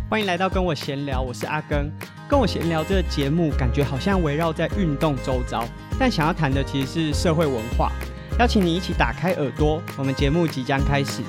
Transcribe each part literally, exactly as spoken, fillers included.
欢迎来到跟我闲聊，我是阿耕。跟我闲聊这个节目，感觉好像围绕在运动周遭，但想要谈的其实是社会文化。邀请你一起打开耳朵，我们节目即将开始。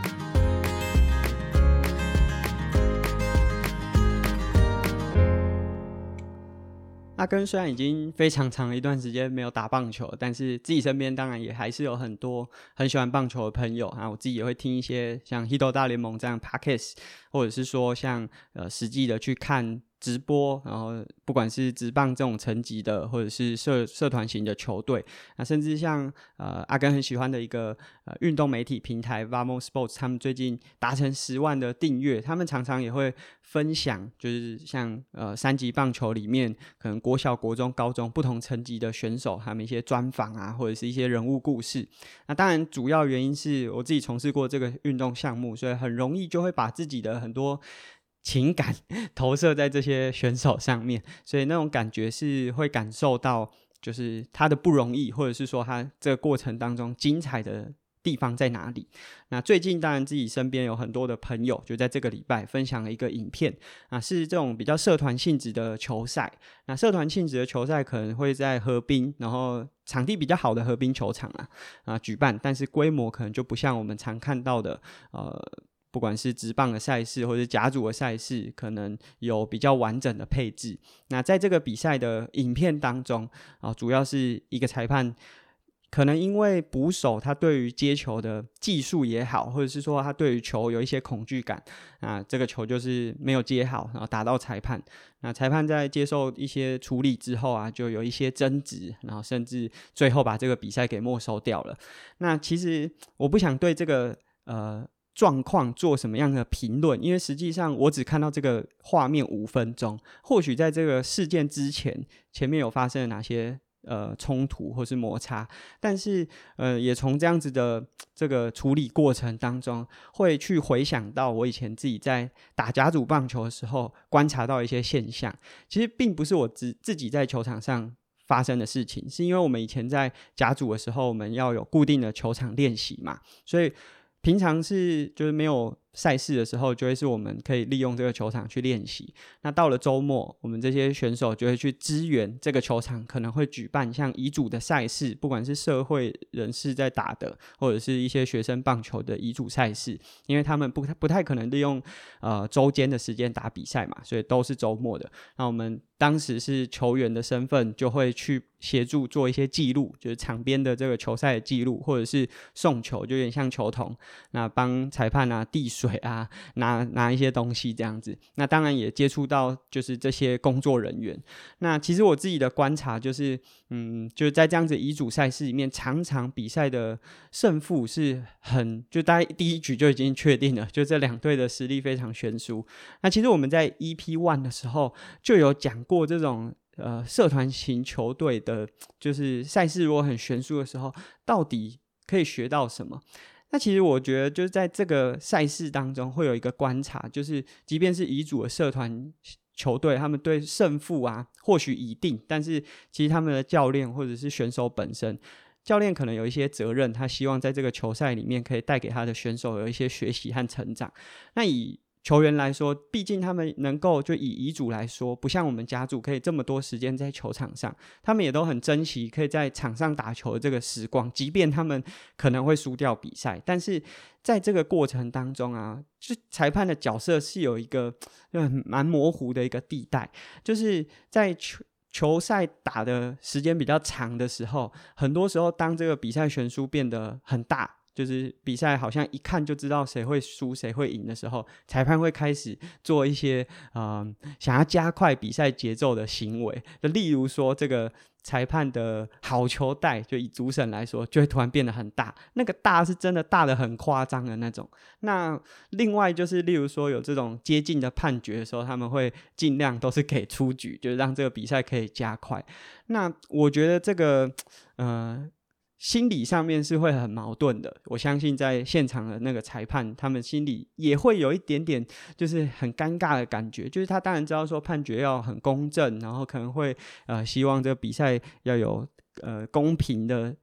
阿耕虽然已经非常长一段时间没有打棒球，但是自己身边当然也还是有很多很喜欢棒球的朋友啊。我自己也会听一些像 Hito 大联盟这样 Podcast， 或者是说像呃实际的去看直播，然后不管是职棒这种层级的，或者是社社团型的球队，那甚至像呃阿耕很喜欢的一个呃运动媒体平台 Vamo Sports， 他们最近达成十万的订阅，他们常常也会分享，就是像呃三级棒球里面可能国小、国中、高中不同层级的选手，他们一些专访啊，或者是一些人物故事。那当然主要原因是我自己从事过这个运动项目，所以很容易就会把自己的很多情感投射在这些选手上面，所以那种感觉是会感受到就是他的不容易，或者是说他这个过程当中精彩的地方在哪里。那最近当然自己身边有很多的朋友就在这个礼拜分享了一个影片啊，是这种比较社团性质的球赛。那社团性质的球赛可能会在河滨，然后场地比较好的河滨球场啊啊举办，但是规模可能就不像我们常看到的呃不管是职棒的赛事或者是甲组的赛事，可能有比较完整的配置。那在这个比赛的影片当中啊，主要是一个裁判可能因为捕手他对于接球的技术也好，或者是说他对于球有一些恐惧感啊，这个球就是没有接好，然后打到裁判。那裁判在接受一些处理之后啊，就有一些争执，然后甚至最后把这个比赛给没收掉了。那其实我不想对这个呃状况做什么样的评论，因为实际上我只看到这个画面五分钟，或许在这个事件之前前面有发生了哪些呃冲突或是摩擦，但是呃也从这样子的这个处理过程当中会去回想到我以前自己在打甲组棒球的时候观察到一些现象。其实并不是我自自己在球场上发生的事情，是因为我们以前在甲组的时候我们要有固定的球场练习嘛，所以平常是就是没有赛事的时候，就会是我们可以利用这个球场去练习。那到了周末，我们这些选手就会去支援这个球场，可能会举办像乙组的赛事，不管是社会人士在打的，或者是一些学生棒球的乙组赛事，因为他们不不太可能利用呃周间的时间打比赛嘛，所以都是周末的。那我们当时是球员的身份，就会去协助做一些记录，就是场边的这个球赛的记录，或者是送球，就有点像球童，那帮裁判啊递水啊，拿拿一些东西这样子。那当然也接触到就是这些工作人员。那其实我自己的观察就是，嗯，就是在这样子乙组赛事里面，常常比赛的胜负是很，就大概第一局就已经确定了，就这两队的实力非常悬殊。那其实我们在 E P 一 的时候就有讲过这种呃社团型球队的，就是赛事如果很悬殊的时候，到底可以学到什么？那其实我觉得就是在这个赛事当中会有一个观察，就是即便是乙组的社团球队，他们对胜负啊或许已定，但是其实他们的教练或者是选手本身，教练可能有一些责任，他希望在这个球赛里面可以带给他的选手有一些学习和成长。那以球员来说，毕竟他们能够就以乙组来说，不像我们甲组可以这么多时间在球场上，他们也都很珍惜可以在场上打球的这个时光，即便他们可能会输掉比赛，但是在这个过程当中啊，就裁判的角色是有一个蛮模糊的一个地带，就是在球球赛打的时间比较长的时候，很多时候当这个比赛悬殊变得很大，就是比赛好像一看就知道谁会输谁会赢的时候，裁判会开始做一些、呃、想要加快比赛节奏的行为，就例如说这个裁判的好球带，就以主审来说就会突然变得很大，那个大是真的大的很夸张的那种。那另外就是例如说有这种接近的判决的时候，他们会尽量都是给出局，就是让这个比赛可以加快。那我觉得这个呃心理上面是会很矛盾的，我相信在现场的那个裁判他们心里也会有一点点就是很尴尬的感觉，就是他当然知道说判决要很公正，然后可能会呃希望这个比赛要有呃公平的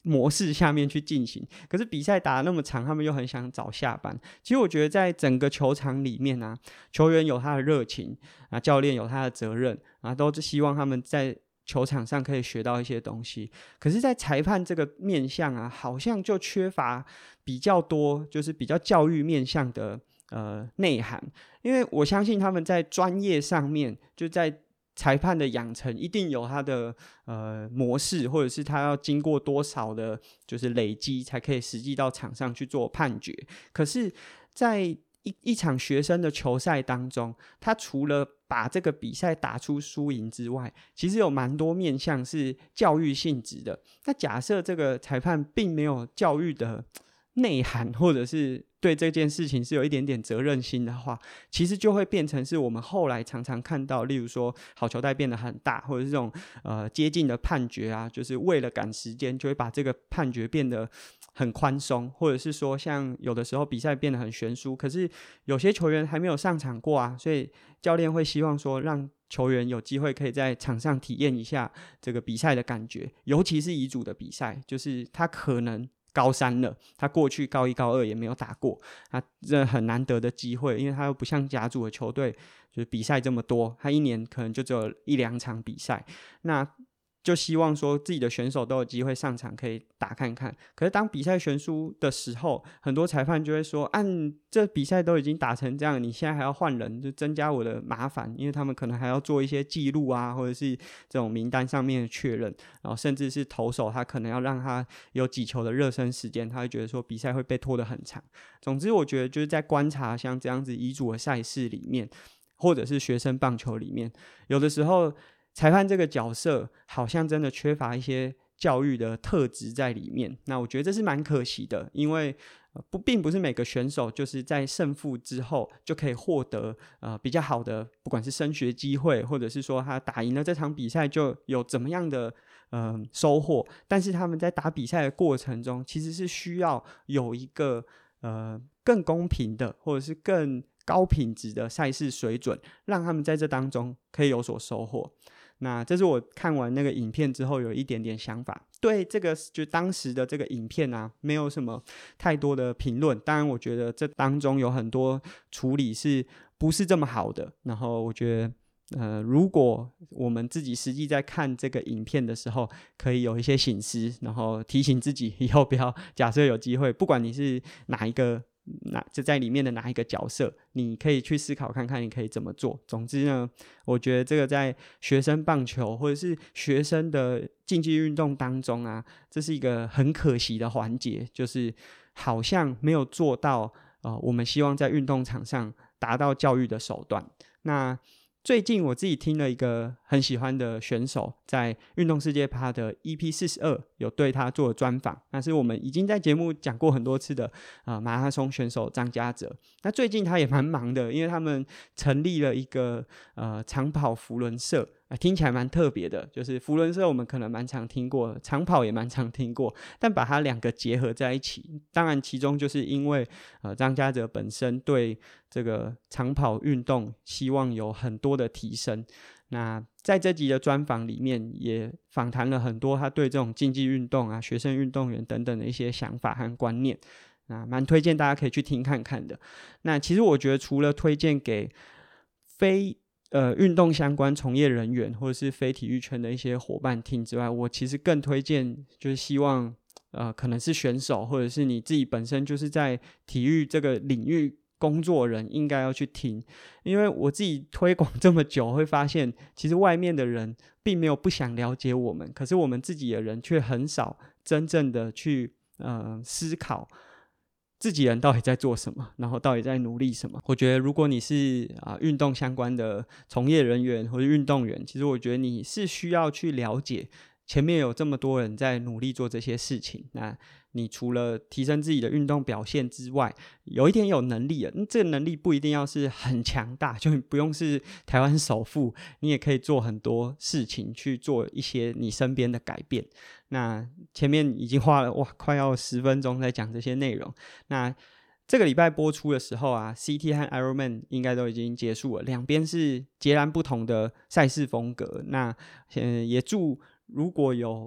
模式下面去进行，可是比赛打得那么长，他们又很想早下班。其实我觉得在整个球场里面啊，球员有他的热情啊，教练有他的责任啊，都是希望他们在球场上可以学到一些东西。可是在裁判这个面向啊，好像就缺乏比较多就是比较教育面向的呃内涵，因为我相信他们在专业上面，就在裁判的养成一定有他的呃模式，或者是他要经过多少的就是累积才可以实际到场上去做判决。可是在一, 一场学生的球赛当中，他除了把这个比赛打出输赢之外，其实有蛮多面向是教育性质的。那假设这个裁判并没有教育的内涵，或者是对这件事情是有一点点责任心的话，其实就会变成是我们后来常常看到，例如说好球带变得很大，或者是这种呃接近的判决啊，就是为了赶时间就会把这个判决变得很宽松，或者是说像有的时候比赛变得很悬殊，可是有些球员还没有上场过啊，所以教练会希望说让球员有机会可以在场上体验一下这个比赛的感觉，尤其是乙组的比赛，就是他可能高三了，他过去高一高二也没有打过，他这很难得的机会，因为他又不像甲组的球队就是比赛这么多，他一年可能就只有一两场比赛，那就希望说自己的选手都有机会上场可以打看看。可是当比赛悬殊的时候，很多裁判就会说啊，你这比赛都已经打成这样，你现在还要换人，就增加我的麻烦，因为他们可能还要做一些记录啊，或者是这种名单上面的确认，然后甚至是投手他可能要让他有几球的热身时间，他会觉得说比赛会被拖得很长。总之我觉得就是在观察像这样子乙组的赛事里面，或者是学生棒球里面，有的时候裁判这个角色好像真的缺乏一些教育的特质在里面，那我觉得这是蛮可惜的，因为不并不是每个选手就是在胜负之后就可以获得呃比较好的不管是升学机会，或者是说他打赢了这场比赛就有怎么样的呃收获，但是他们在打比赛的过程中其实是需要有一个呃更公平的或者是更高品质的赛事水准，让他们在这当中可以有所收获。那这是我看完那个影片之后有一点点想法，对这个就当时的这个影片啊没有什么太多的评论，当然我觉得这当中有很多处理是不是这么好的，然后我觉得呃，如果我们自己实际在看这个影片的时候可以有一些省思，然后提醒自己以后不要假设有机会，不管你是哪一个那就在里面的哪一个角色，你可以去思考看看你可以怎么做。总之呢，我觉得这个在学生棒球或者是学生的竞技运动当中啊，这是一个很可惜的环节，就是好像没有做到呃，我们希望在运动场上达到教育的手段。那最近我自己听了一个很喜欢的选手，在运动世界趴的 E P 四十二有对他做专访，那是我们已经在节目讲过很多次的、呃、马拉松选手张家哲。那最近他也蛮忙的，因为他们成立了一个呃长跑扶轮社，呃、听起来蛮特别的，就是扶轮社我们可能蛮常听过，长跑也蛮常听过，但把它两个结合在一起，当然其中就是因为呃张家哲本身对这个长跑运动希望有很多的提升。那在这集的专访里面也访谈了很多他对这种竞技运动啊、学生运动员等等的一些想法和观念，那蛮推荐大家可以去听看看的。那其实我觉得除了推荐给非呃运动相关从业人员或者是非体育圈的一些伙伴听之外，我其实更推荐就是希望呃可能是选手或者是你自己本身就是在体育这个领域工作人应该要去听，因为我自己推广这么久会发现其实外面的人并没有不想了解我们，可是我们自己的人却很少真正的去呃思考自己人到底在做什么，然后到底在努力什么。我觉得如果你是啊运动相关的从业人员或者运动员，其实我觉得你是需要去了解前面有这么多人在努力做这些事情，那你除了提升自己的运动表现之外，有一点有能力了，这个能力不一定要是很强大，就不用是台湾首富，你也可以做很多事情去做一些你身边的改变。那前面已经花了哇快要十分钟在讲这些内容，那这个礼拜播出的时候啊 C T 和 Ironman 应该都已经结束了，两边是截然不同的赛事风格。那、呃、也祝如果有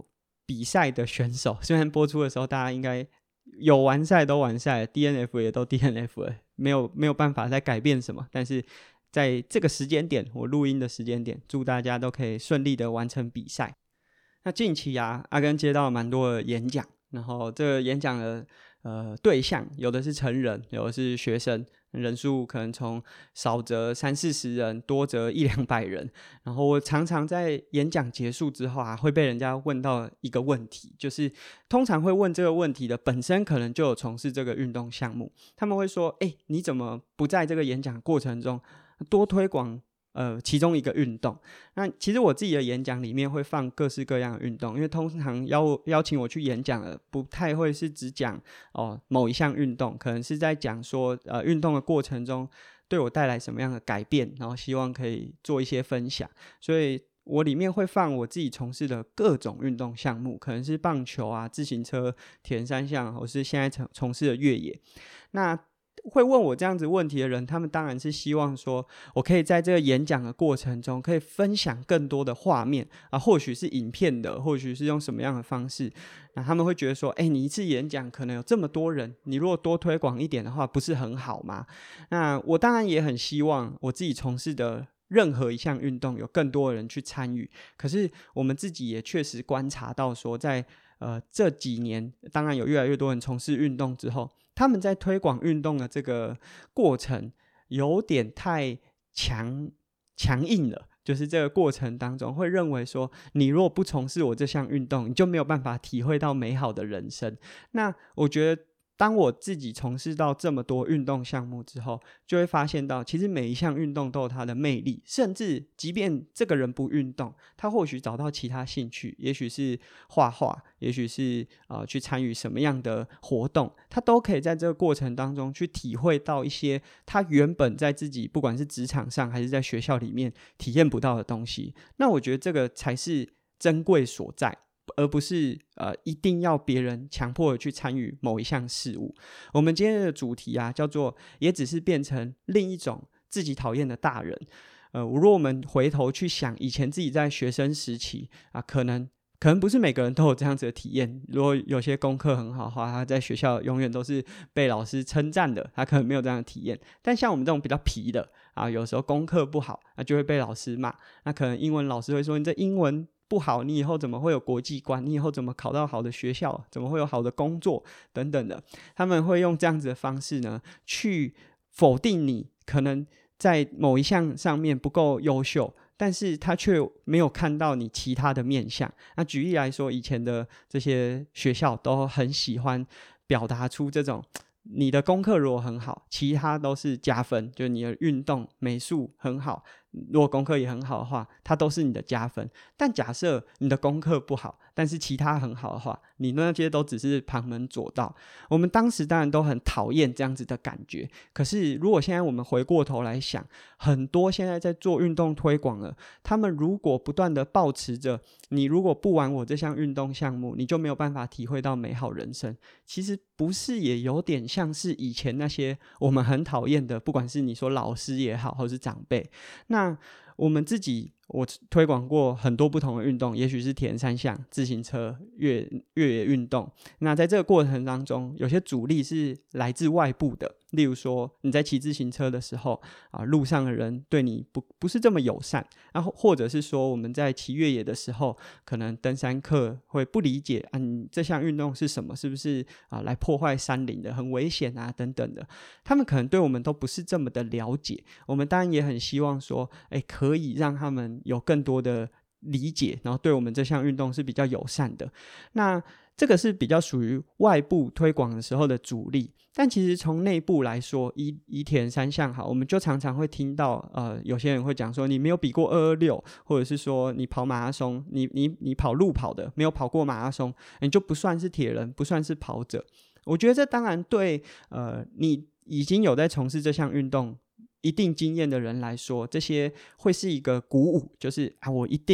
比赛的选手，虽然播出的时候大家应该有完赛都完赛了 D N F 也都 D N F 了，没有没有办法再改变什么，但是在这个时间点，我录音的时间点，祝大家都可以顺利的完成比赛。那近期啊，阿根接到了蛮多的演讲，然后这个演讲的呃对象，有的是成人，有的是学生，人数可能从少则三四十人，多则一两百人。然后我常常在演讲结束之后啊，会被人家问到一个问题，就是通常会问这个问题的本身可能就有从事这个运动项目，他们会说：“哎，你怎么不在这个演讲过程中多推广？”呃，其中一个运动，那其实我自己的演讲里面会放各式各样的运动，因为通常邀邀请我去演讲的，不太会是只讲哦某一项运动，可能是在讲说呃运动的过程中对我带来什么样的改变，然后希望可以做一些分享，所以我里面会放我自己从事的各种运动项目，可能是棒球啊、自行车、铁人三项，或是现在从从事的越野。那会问我这样子问题的人，他们当然是希望说我可以在这个演讲的过程中可以分享更多的画面啊，或许是影片的，或许是用什么样的方式，那他们会觉得说，哎、欸，你一次演讲可能有这么多人，你如果多推广一点的话，不是很好吗？那我当然也很希望我自己从事的任何一项运动有更多的人去参与，可是我们自己也确实观察到说在呃这几年，当然有越来越多人从事运动之后，他们在推广运动的这个过程有点太强强硬了，就是这个过程当中会认为说，你如果不从事我这项运动，你就没有办法体会到美好的人生。那我觉得当我自己从事到这么多运动项目之后，就会发现到其实每一项运动都有它的魅力，甚至即便这个人不运动，他或许找到其他兴趣，也许是画画，也许是、呃、去参与什么样的活动，他都可以在这个过程当中去体会到一些他原本在自己不管是职场上还是在学校里面体验不到的东西。那我觉得这个才是珍贵所在，而不是呃一定要别人强迫的去参与某一项事物。我们今天的主题啊，叫做也只是变成另一种自己讨厌的大人。呃，如果我们回头去想以前自己在学生时期啊，可能可能不是每个人都有这样子的体验。如果有些功课很好的话，他在学校永远都是被老师称赞的，他可能没有这样的体验。但像我们这种比较皮的啊，有时候功课不好，那就会被老师骂。那可能英文老师会说你这英文不好，你以后怎么会有国际观？你以后怎么考到好的学校？怎么会有好的工作？等等的，他们会用这样子的方式呢，去否定你可能在某一项上面不够优秀，但是他却没有看到你其他的面向。那举例来说，以前的这些学校都很喜欢表达出这种，你的功课如果很好，其他都是加分，就是你的运动、美术很好，如果功课也很好的话，它都是你的加分。但假设你的功课不好，但是其他很好的话，你那些都只是旁门左道。我们当时当然都很讨厌这样子的感觉，可是如果现在我们回过头来想，很多现在在做运动推广了，他们如果不断的抱持着你如果不玩我这项运动项目，你就没有办法体会到美好人生，其实不是也有点像是以前那些我们很讨厌的，不管是你说老师也好，或是长辈。那我们自己，我推广过很多不同的运动，也许是铁人三项、自行车、越越野运动。那在这个过程当中，有些阻力是来自外部的，例如说你在骑自行车的时候啊，路上的人对你不不是这么友善，然后或者是说我们在骑越野的时候，可能登山客会不理解啊，你这项运动是什么？是不是啊来破坏山林的，很危险啊等等的？他们可能对我们都不是这么的了解。我们当然也很希望说，哎，可以让他们有更多的理解，然后对我们这项运动是比较友善的。那这个是比较属于外部推广的时候的阻力，但其实从内部来说，以以铁人三项好，我们就常常会听到，呃，有些人会讲说，你没有比过二二六，或者是说你跑马拉松，你你你跑路跑的，没有跑过马拉松，你就不算是铁人，不算是跑者。我觉得这当然对，呃，你已经有在从事这项运动一定经验的人来说，这些会是一个鼓舞，就是啊，我一定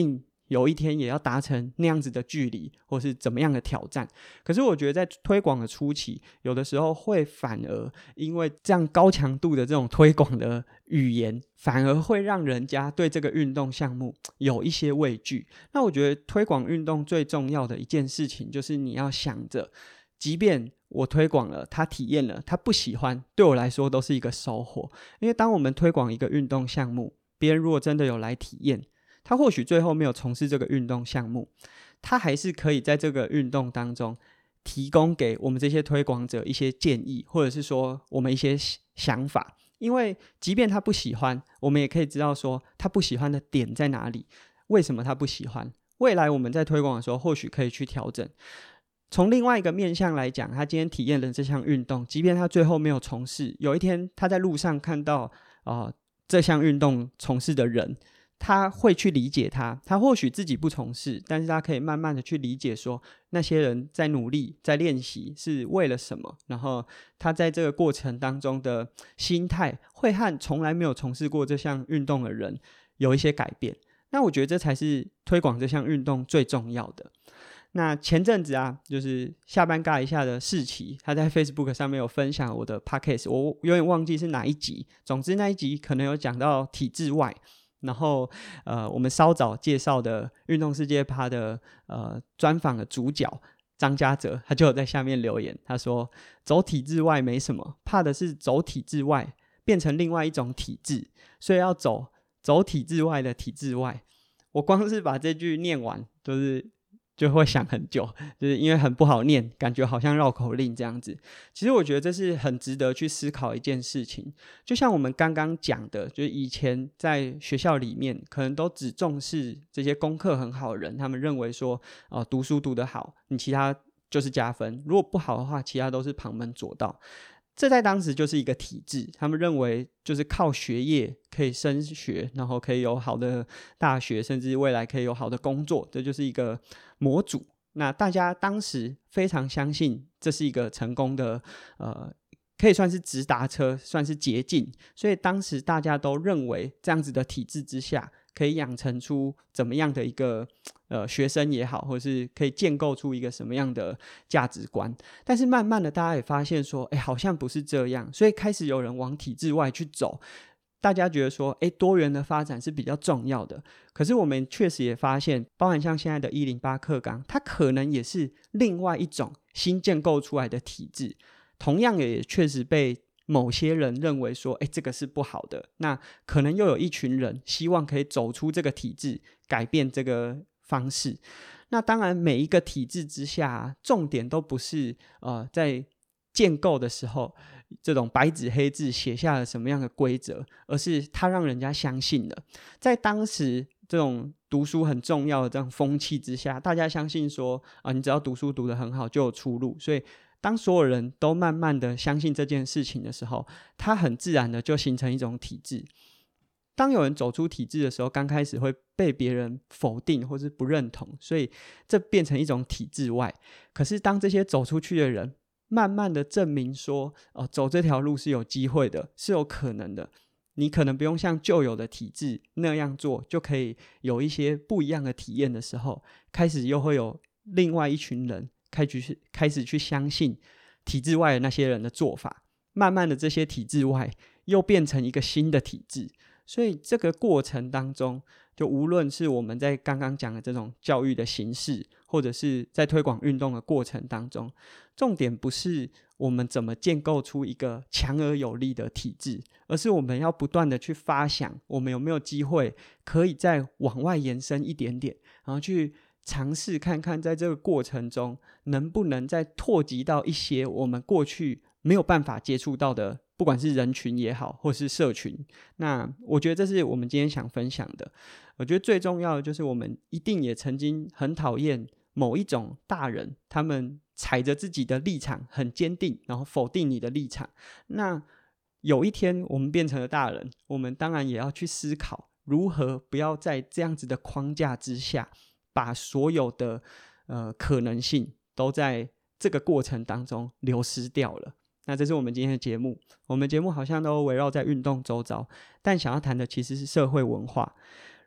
有一天也要达成那样子的距离，或是怎么样的挑战。可是我觉得在推广的初期，有的时候会反而因为这样高强度的这种推广的语言，反而会让人家对这个运动项目有一些畏惧。那我觉得推广运动最重要的一件事情，就是你要想着，即便我推广了，他体验了，他不喜欢，对我来说都是一个收获。因为当我们推广一个运动项目，别人如果真的有来体验，他或许最后没有从事这个运动项目，他还是可以在这个运动当中提供给我们这些推广者一些建议，或者是说我们一些想法。因为即便他不喜欢，我们也可以知道说他不喜欢的点在哪里，为什么他不喜欢，未来我们在推广的时候或许可以去调整。从另外一个面向来讲，他今天体验了这项运动，即便他最后没有从事，有一天他在路上看到、呃、这项运动从事的人，他会去理解他，他或许自己不从事，但是他可以慢慢的去理解说那些人在努力在练习是为了什么，然后他在这个过程当中的心态会和从来没有从事过这项运动的人有一些改变。那我觉得这才是推广这项运动最重要的。那前阵子啊，就是下班尬一下的世奇，他在 Facebook 上面有分享我的 Podcast， 我有点忘记是哪一集，总之那一集可能有讲到体制外，然后呃，我们稍早介绍的运动世界趴的呃专访的主角张家泽，他就有在下面留言，他说走体制外没什么，怕的是走体制外变成另外一种体制，所以要走走体制外的体制外。我光是把这句念完就是就会想很久，就是因为很不好念，感觉好像绕口令这样子。其实我觉得这是很值得去思考一件事情，就像我们刚刚讲的，就是以前在学校里面可能都只重视这些功课很好的人，他们认为说、呃、读书读得好，你其他就是加分，如果不好的话其他都是旁门左道。这在当时就是一个体制，他们认为就是靠学业可以升学，然后可以有好的大学，甚至未来可以有好的工作，这就是一个模组。那大家当时非常相信这是一个成功的呃，可以算是直达车，算是捷径，所以当时大家都认为这样子的体制之下可以养成出怎么样的一个呃学生也好，或是可以建构出一个什么样的价值观。但是慢慢的大家也发现说，哎，好像不是这样，所以开始有人往体制外去走。大家觉得说，哎，多元的发展是比较重要的。可是我们确实也发现，包含像现在的一零八课纲，它可能也是另外一种新建构出来的体制，同样也确实被某些人认为说，哎，这个是不好的。那可能又有一群人希望可以走出这个体制，改变这个方式。那当然，每一个体制之下、啊，重点都不是呃在建构的时候这种白纸黑字写下了什么样的规则，而是他让人家相信了。在当时这种读书很重要的这样风气之下，大家相信说啊，你只要读书读得很好就有出路，所以当所有人都慢慢的相信这件事情的时候，它很自然的就形成一种体制。当有人走出体制的时候，刚开始会被别人否定或是不认同，所以这变成一种体制外。可是当这些走出去的人慢慢的证明说、呃、走这条路是有机会的，是有可能的，你可能不用像旧有的体制那样做就可以有一些不一样的体验的时候，开始又会有另外一群人开始开始去相信体制外的那些人的做法，慢慢的这些体制外又变成一个新的体制。所以这个过程当中，就无论是我们在刚刚讲的这种教育的形式，或者是在推广运动的过程当中，重点不是我们怎么建构出一个强而有力的体制，而是我们要不断的去发想，我们有没有机会可以再往外延伸一点点，然后去尝试看看在这个过程中能不能再拓及到一些我们过去没有办法接触到的，不管是人群也好，或是社群。那我觉得这是我们今天想分享的。我觉得最重要的就是我们一定也曾经很讨厌某一种大人，他们踩着自己的立场很坚定，然后否定你的立场。那有一天我们变成了大人，我们当然也要去思考如何不要在这样子的框架之下把所有的、呃、可能性都在这个过程当中流失掉了。那这是我们今天的节目，我们节目好像都围绕在运动周遭，但想要谈的其实是社会文化。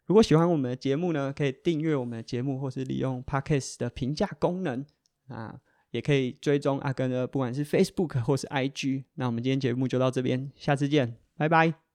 如果喜欢我们的节目呢，可以订阅我们的节目，或是利用 Podcast 的评价功能啊，也可以追踪阿耕的不管是 Facebook 或是 I G。那我们今天节目就到这边，下次见，拜拜。